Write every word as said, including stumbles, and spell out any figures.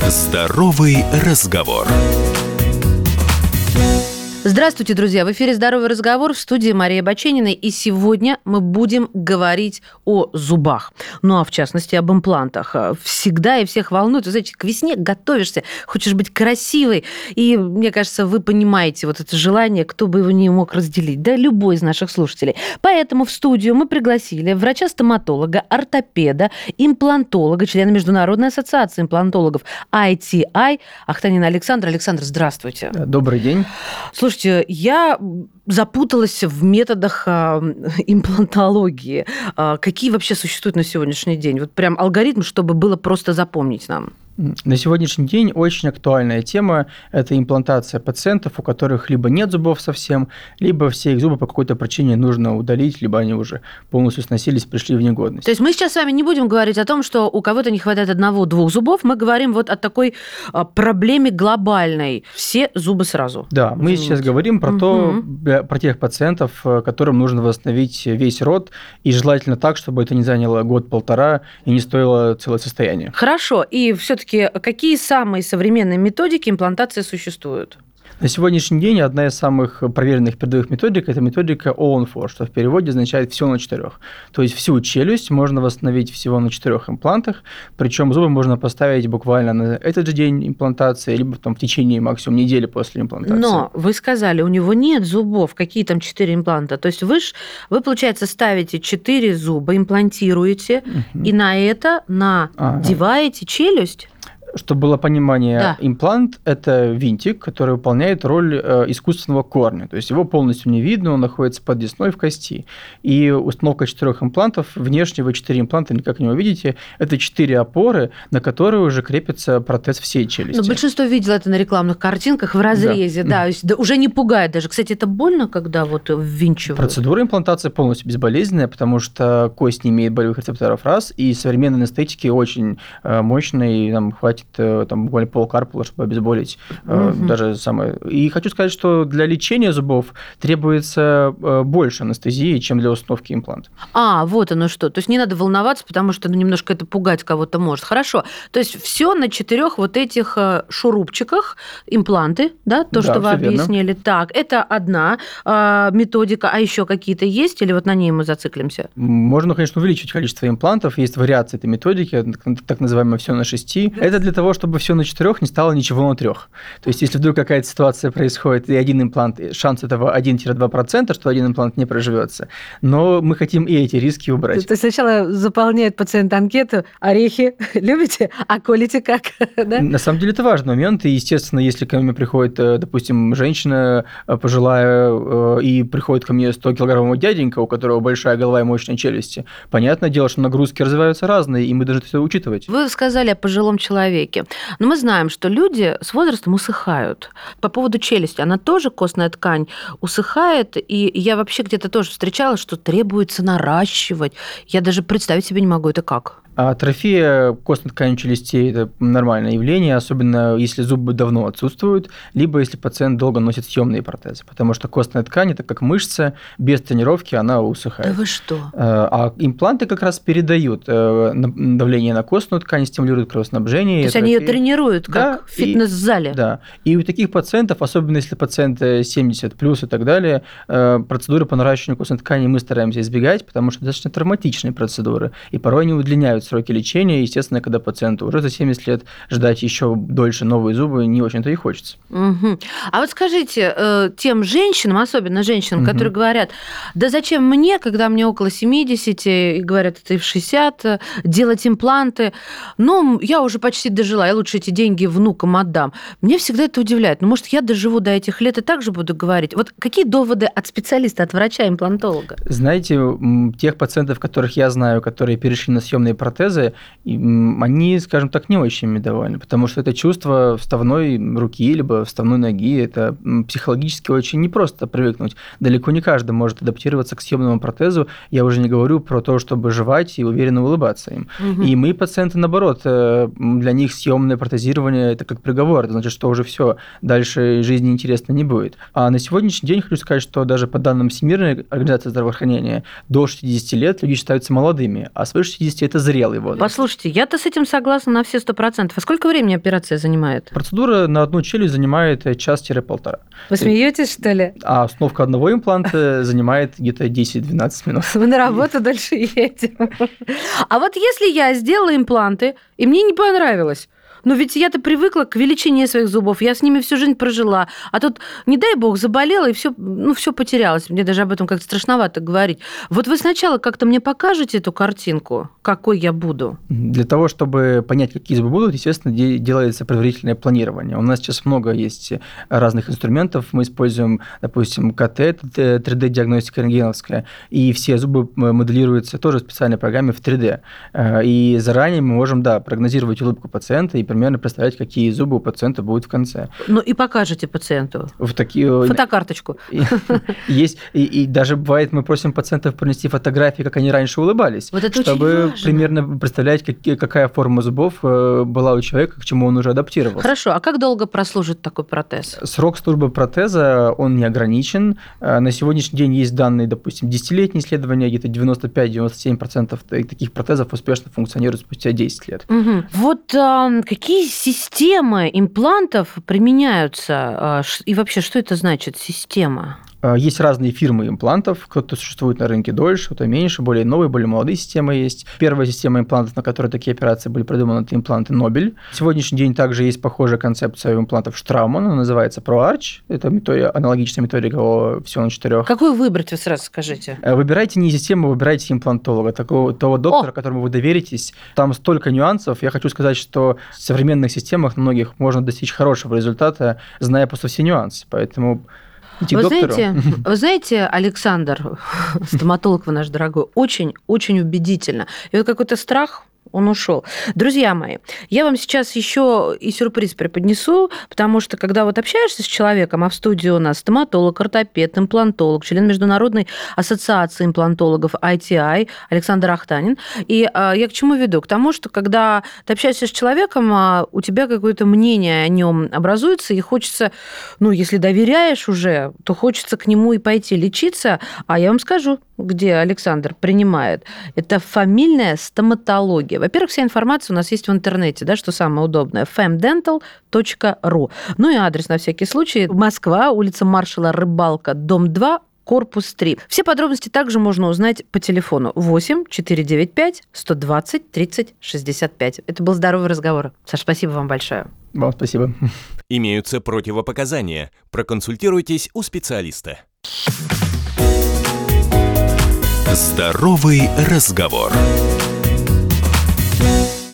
Здоровый разговор. Здравствуйте, друзья! В эфире «Здоровый разговор», в студии Мария Баченина. И сегодня мы будем говорить о зубах. Ну, а в частности, об имплантах. Всегда и всех волнует. Вы знаете, к весне готовишься, хочешь быть красивой. И, мне кажется, вы понимаете вот это желание, кто бы его не мог разделить. Да, любой из наших слушателей. Поэтому в студию мы пригласили врача-стоматолога, ортопеда, имплантолога, члена Международной ассоциации имплантологов ай ти ай Ахтанина Александра. Александр, здравствуйте. Добрый день. Слушайте, я запуталась в методах а, имплантологии. А, какие вообще существуют на сегодняшний день? Вот прям алгоритм, чтобы было просто запомнить нам. На сегодняшний день очень актуальная тема – это имплантация пациентов, у которых либо нет зубов совсем, либо все их зубы по какой-то причине нужно удалить, либо они уже полностью сносились, пришли в негодность. То есть мы сейчас с вами не будем говорить о том, что у кого-то не хватает одного-двух зубов, мы говорим вот о такой проблеме глобальной. Все зубы сразу. Да, мы Извините. сейчас говорим про, то, про тех пациентов, которым нужно восстановить весь рот, и желательно так, чтобы это не заняло год-полтора и не стоило целое состояние. Хорошо, и все-таки какие самые современные методики имплантации существуют? На сегодняшний день одна из самых проверенных передовых методик – это методика all on four, что в переводе означает «все на четырех». То есть всю челюсть можно восстановить всего на четырех имплантах, причем зубы можно поставить буквально на этот же день имплантации, либо там, в течение максимум недели после имплантации. Но вы сказали, у него нет зубов, какие там четыре импланта. То есть вы, ж, вы получается, ставите четыре зуба, имплантируете, угу. и на это надеваете ага. челюсть? Чтобы было понимание, да. имплант – это винтик, который выполняет роль искусственного корня. То есть его полностью не видно, он находится под десной в кости. И установка четырех имплантов, внешне вы четыре импланта никак не увидите. Это четыре опоры, на которые уже крепится протез всей челюсти. Но большинство видело это на рекламных картинках в разрезе. Да. Да, то есть, да, уже не пугает даже. Кстати, это больно, когда вот ввинчивают? Процедура имплантации полностью безболезненная, потому что кость не имеет болевых рецепторов раз, и современные анестетики очень мощные, и нам хватит там буквально полкарпула, чтобы обезболить угу. даже самое. И хочу сказать, что для лечения зубов требуется больше анестезии, чем для установки импланта. А, вот оно что. То есть не надо волноваться, потому что ну, немножко это пугать кого-то может. Хорошо. То есть все на четырех вот этих шурупчиках импланты, да, то, да, что вы объяснили. Верно. Так, это одна э, методика, а еще какие-то есть, или вот на ней мы зациклимся? Можно, конечно, увеличить количество имплантов. Есть вариации этой методики, так называемое все на шести. Это для того, чтобы все на четырех не стало ничего на трех. То есть, если вдруг какая-то ситуация происходит, и один имплант, шанс этого один-два процента, что один имплант не проживется. Но мы хотим и эти риски убрать. То есть, сначала заполняет пациент анкету, орехи любите, а колите как? Да? На самом деле, это важный момент. И, естественно, если ко мне приходит, допустим, женщина пожилая, и приходит ко мне сто-килограммовый дяденька, у которого большая голова и мощные челюсти, понятное дело, что нагрузки развиваются разные, и мы должны это учитывать. Вы сказали о пожилом человеке. Но мы знаем, что люди с возрастом усыхают. По поводу челюсти, она тоже, костная ткань, усыхает, и я вообще где-то тоже встречала, что требуется наращивать. Я даже представить себе не могу, это как? Атрофия костной ткани челюстей – это нормальное явление, особенно если зубы давно отсутствуют, либо если пациент долго носит съемные протезы, потому что костная ткань – это как мышца, без тренировки она усыхает. Да вы что? А импланты как раз передают давление на костную ткань, стимулируют кровоснабжение. То есть они ее тренируют, как да, в фитнес-зале? И, да. И у таких пациентов, особенно если пациент семьдесят плюс и так далее, процедуры по наращиванию костной ткани мы стараемся избегать, потому что достаточно травматичные процедуры, и порой они удлиняют сроки лечения. Естественно, когда пациенту уже за семьдесят лет, ждать еще дольше новые зубы не очень-то и хочется. Угу. А вот скажите, тем женщинам, особенно женщинам, угу. которые говорят, да зачем мне, когда мне около семидесяти, и говорят, это и в шестьдесят, делать импланты, ну, я уже почти дожила, я лучше эти деньги внукам отдам. Мне всегда это удивляет. Ну, может, я доживу до этих лет и так же буду говорить. Вот какие доводы от специалиста, от врача-имплантолога? Знаете, тех пациентов, которых я знаю, которые перешли на съемные протезы, протезы, они, скажем так, не очень ими довольны, потому что это чувство вставной руки либо вставной ноги, это психологически очень непросто привыкнуть. Далеко не каждый может адаптироваться к съемному протезу. Я уже не говорю про то, чтобы жевать и уверенно улыбаться им. Угу. И мои пациенты, наоборот, для них съемное протезирование – это как приговор, это значит, что уже все, дальше жизни интересно не будет. А на сегодняшний день хочу сказать, что даже по данным Всемирной организации здравоохранения, до шестидесяти лет люди считаются молодыми, а свыше шестидесяти – это зрелые. зрелый возраст. Послушайте, я-то с этим согласна на все сто процентов. А сколько времени операция занимает? Процедура на одну челюсть занимает час-полтора. Вы смеетесь, что ли? А установка одного импланта занимает где-то десять-двенадцать минут. Мы на работу дальше едем. А вот если я сделала импланты, и мне не понравилось, но ведь я-то привыкла к величине своих зубов, я с ними всю жизнь прожила. А тут, не дай бог, заболела, и все, ну, все потерялось. Мне даже об этом как-то страшновато говорить. Вот вы сначала как-то мне покажете эту картинку, какой я буду? Для того, чтобы понять, какие зубы будут, естественно, делается предварительное планирование. У нас сейчас много есть разных инструментов. Мы используем, допустим, КТ, три дэ-диагностика рентгеновская, и все зубы моделируются тоже в специальной программе в три дэ. И заранее мы можем, да, прогнозировать улыбку пациента и примерно представлять, какие зубы у пациента будут в конце. Ну и покажете пациенту в такие... фотокарточку. Есть, и, и даже бывает, мы просим пациентов принести фотографии, как они раньше улыбались, вот это чтобы примерно представлять, какие, какая форма зубов была у человека, к чему он уже адаптировался. Хорошо, а как долго прослужит такой протез? Срок службы протеза, он не ограничен. На сегодняшний день есть данные, допустим, десятилетние исследования, где-то девяносто пять - девяносто семь процентов таких протезов успешно функционируют спустя десять лет. Угу. Вот а, какие системы имплантов применяются? И вообще, что это значит, система? Есть разные фирмы имплантов, кто-то существует на рынке дольше, кто-то меньше, более новые, более молодые системы есть. Первая система имплантов, на которой такие операции были придуманы, это импланты Нобель. В сегодняшний день также есть похожая концепция у имплантов Штрауман, она называется ProArch. Это методика, аналогичная методика о всего на четырех. Какую выбрать, вы сразу скажите? Выбирайте не систему, выбирайте имплантолога, такого, того доктора, о! которому вы доверитесь. Там столько нюансов. Я хочу сказать, что в современных системах на многих можно достичь хорошего результата, зная просто все нюансы. Поэтому... Вы знаете, вы знаете, Александр, стоматолог вы наш дорогой, очень-очень убедительно. И вот какой-то страх, он ушел. Друзья мои, я вам сейчас еще и сюрприз преподнесу, потому что когда вот общаешься с человеком, а в студии у нас стоматолог, ортопед, имплантолог, член Международной ассоциации имплантологов ай ти ай Александр Ахтанин, и я к чему веду? К тому, что когда ты общаешься с человеком, у тебя какое-то мнение о нем образуется, и хочется, ну, если доверяешь уже, то хочется к нему и пойти лечиться, а я вам скажу, где Александр принимает. Это фамильная стоматология. Во-первых, вся информация у нас есть в интернете, да, что самое удобное, эф эм дентал точка ру. Ну и адрес на всякий случай. Москва, улица Маршала Рыбалка, дом два, корпус три. Все подробности также можно узнать по телефону восемь четыреста девяносто пять сто двадцать тридцать шестьдесят пять. Это был «Здоровый разговор». Саш, спасибо вам большое. Вам спасибо. Имеются противопоказания. Проконсультируйтесь у специалиста. Здоровый разговор.